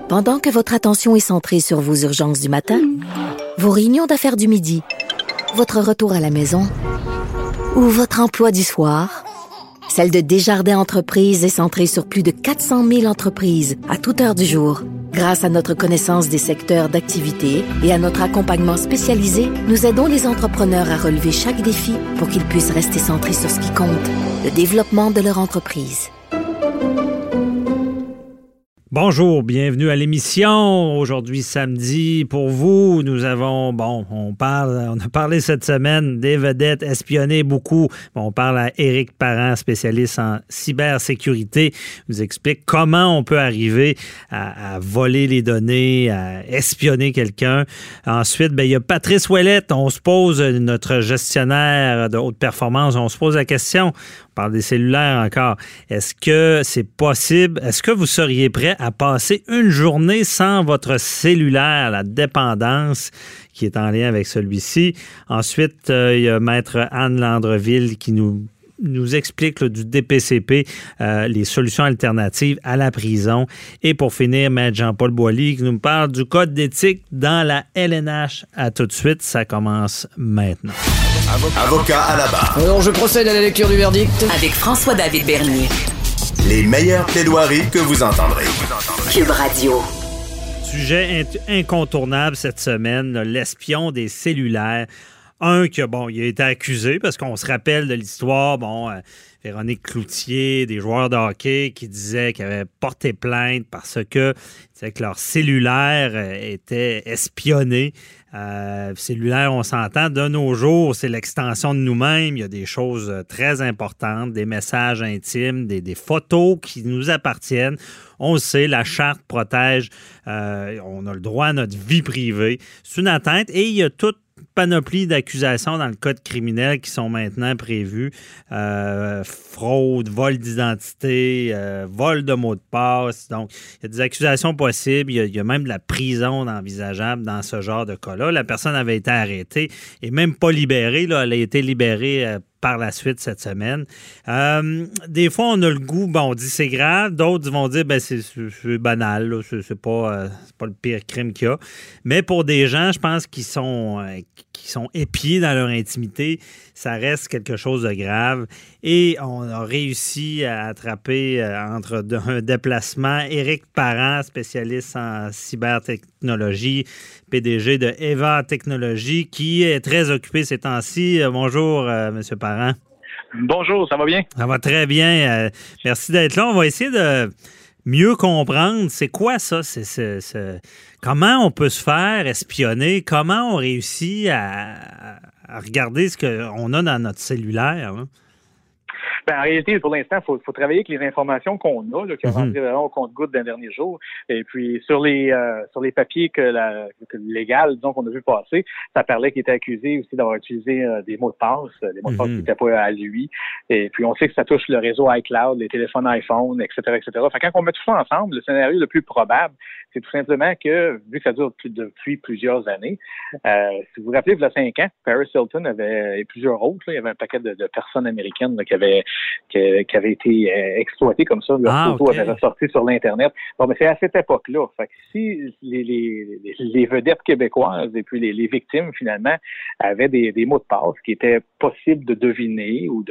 Pendant que votre attention est centrée sur vos urgences du matin, vos réunions d'affaires du midi, votre retour à la maison ou votre emploi du soir, celle de Desjardins Entreprises est centrée sur plus de 400 000 entreprises à toute heure du jour. Grâce à notre connaissance des secteurs d'activité et à notre accompagnement spécialisé, nous aidons les entrepreneurs à relever chaque défi pour qu'ils puissent rester centrés sur ce qui compte, le développement de leur entreprise. Bonjour, bienvenue à l'émission. Aujourd'hui, samedi, pour vous, nous avons, on a parlé cette semaine des vedettes espionnées beaucoup. On parle à Éric Parent, spécialiste en cybersécurité. Il nous explique comment on peut arriver à voler les données, à espionner quelqu'un. Ensuite, il y a Patrice Ouellette. On se pose, notre gestionnaire de haute performance, on se pose la question. On parle des cellulaires encore. Est-ce que c'est possible? Est-ce que vous seriez prêt à passer une journée sans votre cellulaire, la dépendance qui est en lien avec celui-ci? Ensuite, il y a Maître Anne Landreville qui nous explique du DPCP, les solutions alternatives à la prison. Et pour finir, Maître Jean-Paul Boilly qui nous parle du code d'éthique dans la LNH. À tout de suite, ça commence maintenant. Avocat à la barre. Alors, je procède à la lecture du verdict. Avec François-David Bernier. Les meilleures plaidoiries que vous entendrez. Cube Radio. Sujet incontournable cette semaine, l'espion des cellulaires. Il a été accusé parce qu'on se rappelle de l'histoire, Véronique Cloutier, des joueurs de hockey qui disaient qu'ils avaient porté plainte parce que leur cellulaire était espionné. Cellulaire, on s'entend, de nos jours, c'est l'extension de nous-mêmes. Il y a des choses très importantes, des messages intimes, des photos qui nous appartiennent. On le sait, la charte protège, on a le droit à notre vie privée. C'est une atteinte et il y a toute panoplie d'accusations dans le code criminel qui sont maintenant prévues. Fraude, vol d'identité, vol de mots de passe. Donc, il y a des accusations possibles. Il y a même de la prison envisageable dans ce genre de cas-là. La personne avait été arrêtée et même pas libérée. Là, elle a été libérée par la suite cette semaine. Des fois, on a le goût, on dit c'est grave, d'autres vont dire c'est banal, là, c'est pas le pire crime qu'il y a. Mais pour des gens, je pense qui sont épiés dans leur intimité, ça reste quelque chose de grave. Et on a réussi à attraper entre un déplacement Éric Parent, spécialiste en cybertechnologie, PDG de Eva Technologies, qui est très occupé ces temps-ci. Bonjour, M. Parent. Bonjour, ça va bien? Ça va très bien. Merci d'être là. On va essayer de mieux comprendre c'est quoi ça, comment on peut se faire espionner, comment on réussit à regarder ce qu'on a dans notre cellulaire. Hein? En réalité, pour l'instant, il faut travailler avec les informations qu'on a, là, qui ont rentré vraiment au compte-gouttes d'un dernier jour. Et puis, sur les papiers que légal, disons, qu'on a vu passer, ça parlait qu'il était accusé aussi d'avoir utilisé des mots de passe, des mots de passe qui n'étaient pas à lui. Et puis, on sait que ça touche le réseau iCloud, les téléphones iPhone, etc., etc. Fait quand on met tout ça ensemble, le scénario le plus probable, c'est tout simplement que, vu que ça dure depuis plusieurs années, si vous vous rappelez, il y a 5 ans, Paris Hilton et plusieurs autres, là, il y avait un paquet de personnes américaines là, qui avaient été exploitées comme ça. Leurs photos avaient ressorti sur l'Internet. Mais c'est à cette époque-là. Fait que si les vedettes québécoises et puis les victimes, finalement, avaient des mots de passe qui étaient possibles de deviner ou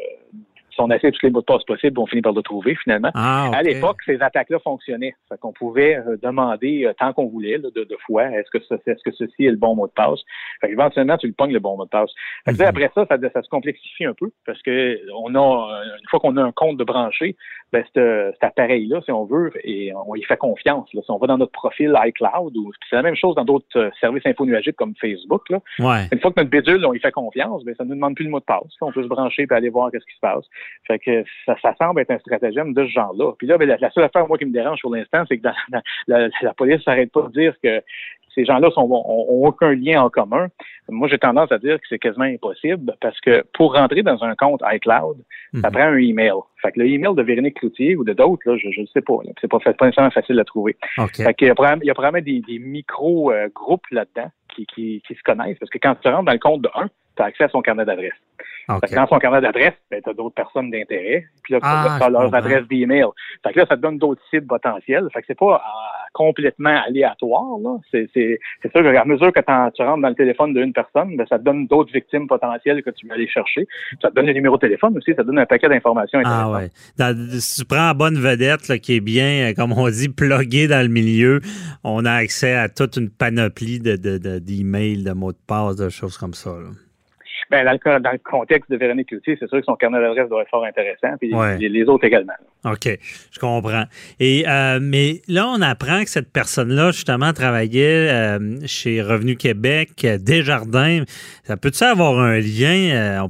si on essaie tous les mots de passe possibles, on finit par le trouver finalement. À l'époque, ces attaques-là fonctionnaient. Fait qu'on pouvait demander tant qu'on voulait de fois, est-ce que ceci est le bon mot de passe. Fait éventuellement, tu le pognes le bon mot de passe. Fait que après ça se complexifie un peu parce que une fois qu'on a un compte de branché, cet appareil-là, si on veut, et on y fait confiance. Là. Si on va dans notre profil iCloud, c'est la même chose dans d'autres services infonuagiques comme Facebook. Là. Ouais. Une fois que notre bidule, on y fait confiance, ça ne nous demande plus de mot de passe. On peut se brancher et aller voir ce qui se passe. Fait que ça semble être un stratagème de ce genre-là. Puis là, la seule affaire, moi, qui me dérange pour l'instant, c'est que la police s'arrête pas de dire que ces gens-là ont aucun lien en commun. Moi, j'ai tendance à dire que c'est quasiment impossible parce que pour rentrer dans un compte iCloud, ça prend un email. Fait que le email de Véronique Cloutier ou de d'autres, là, je ne sais pas. Là, c'est pas nécessairement facile à trouver. Okay. Fait qu'il y a probablement des micro-groupes là-dedans qui se connaissent parce que quand tu rentres dans le compte de un, tu as accès à son carnet d'adresse. Okay. Dans son carnet d'adresse, ben, tu as d'autres personnes d'intérêt. Puis là, tu as leurs adresses d'email. Fait que là, ça te donne d'autres cibles potentiels. Fait que c'est pas complètement aléatoire, là. C'est sûr qu'à mesure que tu rentres dans le téléphone d'une personne, ben, ça te donne d'autres victimes potentielles que tu veux aller chercher. Ça te donne le numéro de téléphone aussi. Ça te donne un paquet d'informations intéressantes. Ah ouais. Si tu prends la bonne vedette, là, qui est bien, comme on dit, pluguée dans le milieu, on a accès à toute une panoplie d'emails, de mots de passe, de choses comme ça, là. Ben, dans le contexte de Véronique Cloutier, c'est sûr que son carnet d'adresse doit être fort intéressant, puis les autres également. OK, je comprends. Et mais là, on apprend que cette personne-là, justement, travaillait chez Revenu Québec, Desjardins. Ça peut-tu avoir un lien?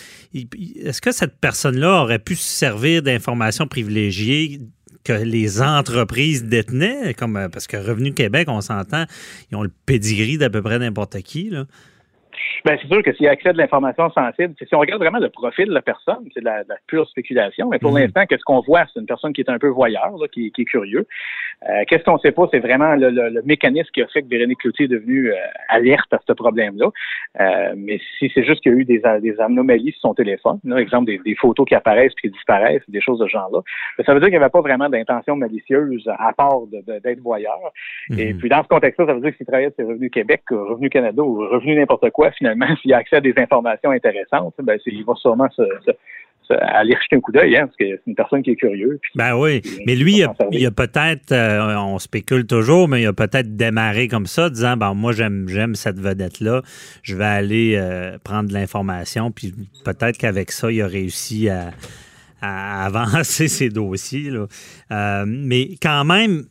Est-ce que cette personne-là aurait pu se servir d'informations privilégiées que les entreprises détenaient? Parce que Revenu Québec, on s'entend, ils ont le pedigree d'à peu près n'importe qui, là. Ben, c'est sûr que s'il y a accès à de l'information sensible, si on regarde vraiment le profil de la personne, c'est de la pure spéculation. Mais pour l'instant, qu'est-ce qu'on voit? C'est une personne qui est un peu voyeur, là, qui est curieux. Qu'est-ce qu'on ne sait pas? C'est vraiment le mécanisme qui a fait que Véronique Cloutier est devenue alerte à ce problème-là. Mais si c'est juste qu'il y a eu des anomalies sur son téléphone, là, exemple des photos qui apparaissent puis qui disparaissent, des choses de ce genre-là, ça veut dire qu'il n'y avait pas vraiment d'intention malicieuse à part d'être voyeur. Et puis dans ce contexte-là, ça veut dire que s'il travaillait sur Revenu Québec, Revenu Canada ou Revenu n'importe quoi, finalement, s'il a accès à des informations intéressantes, ben il va sûrement aller jeter un coup d'œil, hein, parce que c'est une personne qui est curieuse. Ben oui, mais lui, il a peut-être, on spécule toujours, mais il a peut-être démarré comme ça, disant, ben moi, j'aime cette vedette-là, je vais aller prendre de l'information, puis peut-être qu'avec ça, il a réussi à avancer ses dossiers, là. Mais quand même,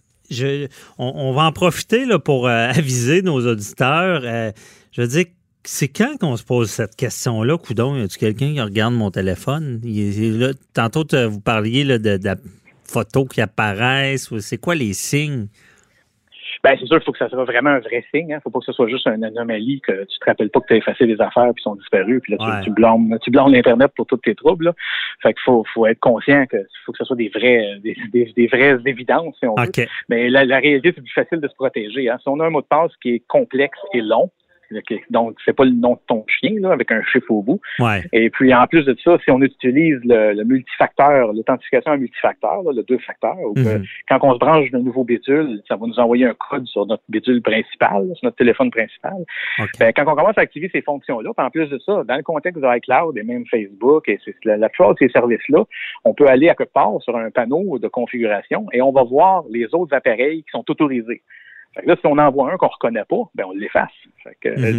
on va en profiter là, pour aviser nos auditeurs. Je veux dire, c'est quand qu'on se pose cette question-là, coudonc, y a-tu quelqu'un qui regarde mon téléphone? Là, tantôt, vous parliez là, de la photo qui apparaissent. C'est quoi les signes? Ben, c'est sûr qu'il faut que ça soit vraiment un vrai signe. Hein. Faut pas que ce soit juste une anomalie, que tu te rappelles pas que tu as effacé les affaires puis sont disparues, puis là, tu blâmes l'Internet pour tous tes troubles, là. Fait qu'il faut être conscient que faut que ce soit des vraies évidences, si on veut. Okay. Mais la réalité, c'est plus facile de se protéger. Hein. Si on a un mot de passe qui est complexe et long, donc c'est pas le nom de ton chien là avec un chiffre au bout. Ouais. Et puis en plus de ça, si on utilise le multifacteur, l'authentification à multifacteur, là, le 2 facteurs, quand on se branche d'un nouveau bidule, ça va nous envoyer un code sur notre bidule principal, sur notre téléphone principal. Okay. Ben, quand on commence à activer ces fonctions-là, en plus de ça, dans le contexte de iCloud et même Facebook et la plupart de ces services-là, on peut aller à quelque part sur un panneau de configuration et on va voir les autres appareils qui sont autorisés. Fait que là, si on envoie un qu'on reconnaît pas, ben on l'efface. Fait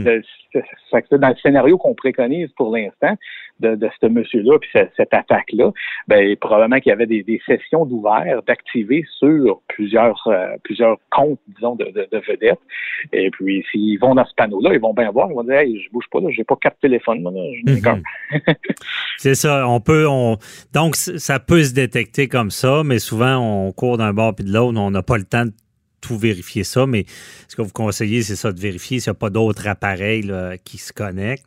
que dans le scénario qu'on préconise pour l'instant de ce monsieur-là puis cette attaque-là, ben probablement qu'il y avait des sessions d'ouvert, d'activer sur plusieurs comptes, disons, de vedettes. Et puis s'ils vont dans ce panneau-là, ils vont bien voir, ils vont dire hey, je bouge pas là, j'ai pas 4 téléphones, là, je n'ai qu'un. C'est ça, donc ça peut se détecter comme ça, mais souvent on court d'un bord puis de l'autre, on n'a pas le temps de tout vérifier ça, mais ce que vous conseillez, c'est ça, de vérifier s'il n'y a pas d'autres appareils là, qui se connectent.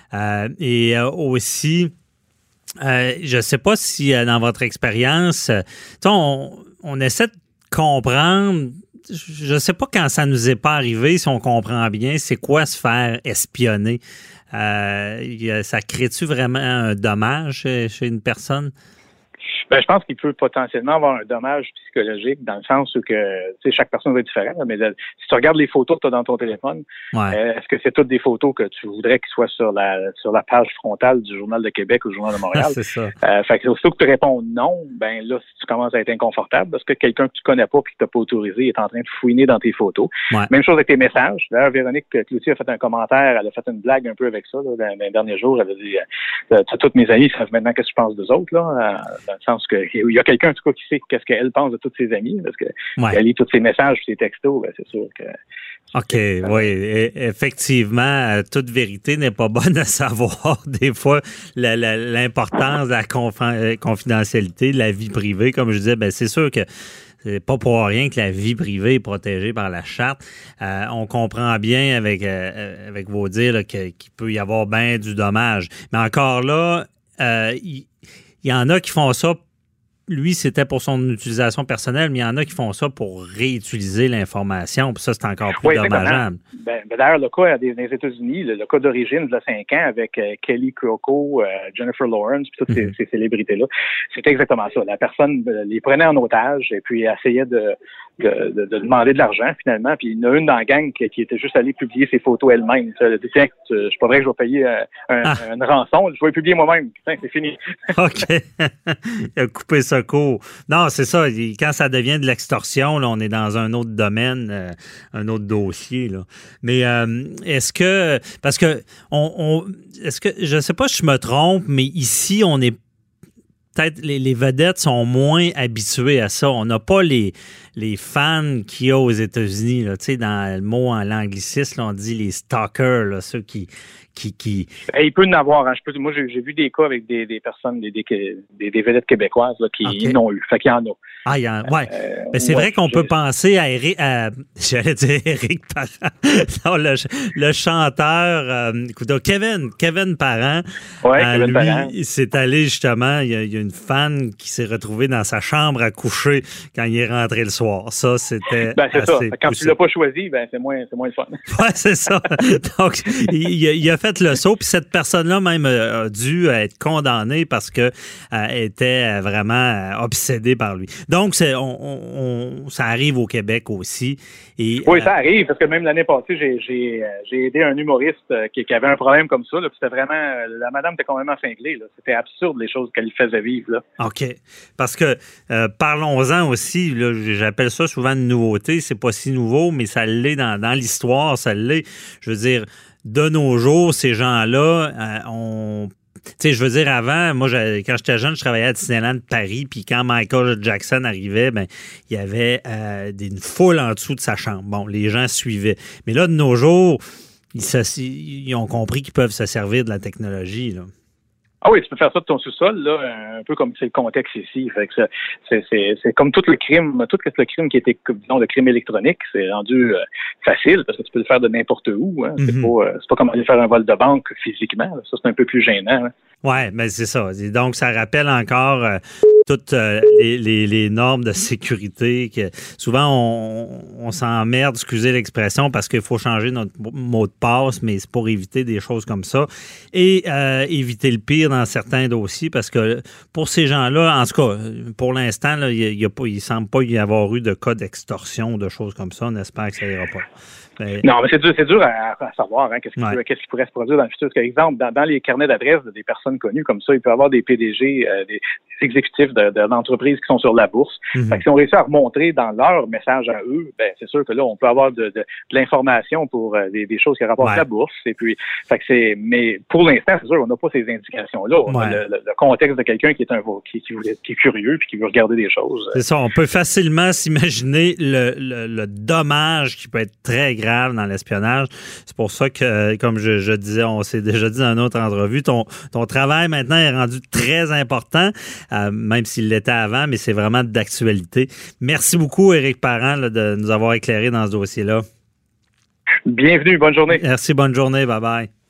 Aussi, je ne sais pas si dans votre expérience, on essaie de comprendre, je ne sais pas quand ça nous est pas arrivé, si on comprend bien, c'est quoi se faire espionner. Ça crée-tu vraiment un dommage chez une personne? Ben, je pense qu'il peut potentiellement avoir un dommage psychologique dans le sens où que, tu sais, chaque personne va être différente, mais si tu regardes les photos que tu as dans ton téléphone, est-ce que c'est toutes des photos que tu voudrais qu'ils soient sur la page frontale du Journal de Québec ou du Journal de Montréal? C'est ça. Fait que aussitôt que tu réponds non, ben là, si tu commences à être inconfortable parce que quelqu'un que tu connais pas et que tu n'as pas autorisé est en train de fouiner dans tes photos. Ouais. Même chose avec tes messages. D'ailleurs, Véronique Cloutier a fait un commentaire, elle a fait une blague un peu avec ça, là, dans les derniers jours. Elle a dit, toutes mes amis savent maintenant qu'est-ce que je pense d'eux autres, là, dans le sens que il y a quelqu'un, en tout cas, qui sait qu'est-ce qu'elle pense de tous ses amis, parce que elle lit tous ses messages et ses textos, ben, c'est sûr que... OK, oui. Effectivement, toute vérité n'est pas bonne à savoir. Des fois, l'importance de la confidentialité, de la vie privée, comme je disais, ben c'est sûr que c'est pas pour rien que la vie privée est protégée par la charte. On comprend bien avec vos dires là, qu'il peut y avoir bien du dommage. Mais encore là, il y en a qui font ça lui, c'était pour son utilisation personnelle, mais il y en a qui font ça pour réutiliser l'information. Puis ça, c'est encore plus dommageable. D'ailleurs, le cas des États-Unis, le cas d'origine de 5 ans avec Kelly Cuoco, Jennifer Lawrence, puis toutes ces célébrités-là, c'était exactement ça. La personne les prenait en otage et puis essayait de demander de l'argent, finalement. Puis il y en a une dans la gang qui était juste allée publier ses photos elle-même. Elle a dit, tiens, je suis pas vrai que je vais payer une rançon, je vais publier moi-même. Tiens, c'est fini. OK. Il a coupé ça court. Non, c'est ça. Quand ça devient de l'extorsion, là, on est dans un autre domaine, un autre dossier. Là. Mais est-ce que... Parce que est-ce que... Je ne sais pas si je me trompe, mais ici, on est peut-être les vedettes sont moins habituées à ça. On n'a pas les fans qu'il y a aux États-Unis. Là. Tu sais, dans le mot en l'anglicisme, là, on dit les stalkers, là, ceux qui... Il peut y en avoir. Hein. Moi, j'ai vu des cas avec des personnes, des vedettes québécoises là, qui n'ont eu. Fait qu'il y en a. Ah, ouais. Mais c'est vrai qu'on peut penser à Éric Parent. Non, le chanteur, Kevin Parent. Oui, Kevin Parent. Il s'est allé justement, il y a une fan qui s'est retrouvée dans sa chambre à coucher quand il est rentré le soir. Ça, c'était c'est ça. Quand tu l'as pas choisi, c'est moins le fun. Oui, c'est ça. Donc, il a fait le saut, puis cette personne-là même a dû être condamnée parce que était vraiment obsédée par lui. Donc, ça arrive au Québec aussi. Et, oui, ça arrive, parce que même l'année passée, j'ai aidé un humoriste qui avait un problème comme ça. Là, puis c'était vraiment... la madame était complètement cinglée. Là. C'était absurde, les choses qu'elle faisait vivre. Là. OK. Parce que, parlons-en aussi, là, j'appelle ça souvent une nouveauté. C'est pas si nouveau, mais ça l'est dans l'histoire, ça l'est. Je veux dire, de nos jours, ces gens-là, tu sais, je veux dire, avant, moi, quand j'étais jeune, je travaillais à Disneyland Paris, puis quand Michael Jackson arrivait, il y avait une foule en dessous de sa chambre. Bon, les gens suivaient. Mais là, de nos jours, ils ont compris qu'ils peuvent se servir de la technologie, là. Ah oui, tu peux faire ça de ton sous-sol, là, un peu comme c'est le contexte ici. Fait que c'est comme tout le crime qui était, disons, le crime électronique, c'est rendu facile parce que tu peux le faire de n'importe où. Hein. Mm-hmm. C'est pas comme aller faire un vol de banque physiquement. Là. Ça, c'est un peu plus gênant. Hein. Ouais, mais c'est ça. Donc, ça rappelle encore toutes les normes de sécurité que souvent on s'emmerde, excusez l'expression, parce qu'il faut changer notre mot de passe, mais c'est pour éviter des choses comme ça et éviter le pire dans certains dossiers, parce que pour ces gens-là, en tout cas, pour l'instant, là, il semble pas y avoir eu de cas d'extorsion ou de choses comme ça. On espère que ça ira pas. Non, mais c'est dur à savoir qu'est-ce qui pourrait se produire dans le futur. Parce qu'exemple, dans les carnets d'adresses des personnes connues comme ça, il peut y avoir des PDG, des exécutifs d'entreprises qui sont sur la bourse. Mm-hmm. Fait que si on réussit à remontrer dans leur message à eux, c'est sûr que là, on peut avoir de l'information pour des choses qui rapportent la bourse. Et puis, mais pour l'instant, c'est sûr, on n'a pas ces indications-là. On a le contexte de quelqu'un qui est curieux puis qui veut regarder des choses. C'est ça, on peut facilement s'imaginer le dommage qui peut être très grave dans l'espionnage. C'est pour ça que, comme je disais, on s'est déjà dit dans une autre entrevue, ton travail maintenant est rendu très important, même s'il l'était avant, mais c'est vraiment d'actualité. Merci beaucoup, Éric Parent, là, de nous avoir éclairé dans ce dossier-là. Bienvenue, bonne journée. Merci, bonne journée, bye-bye.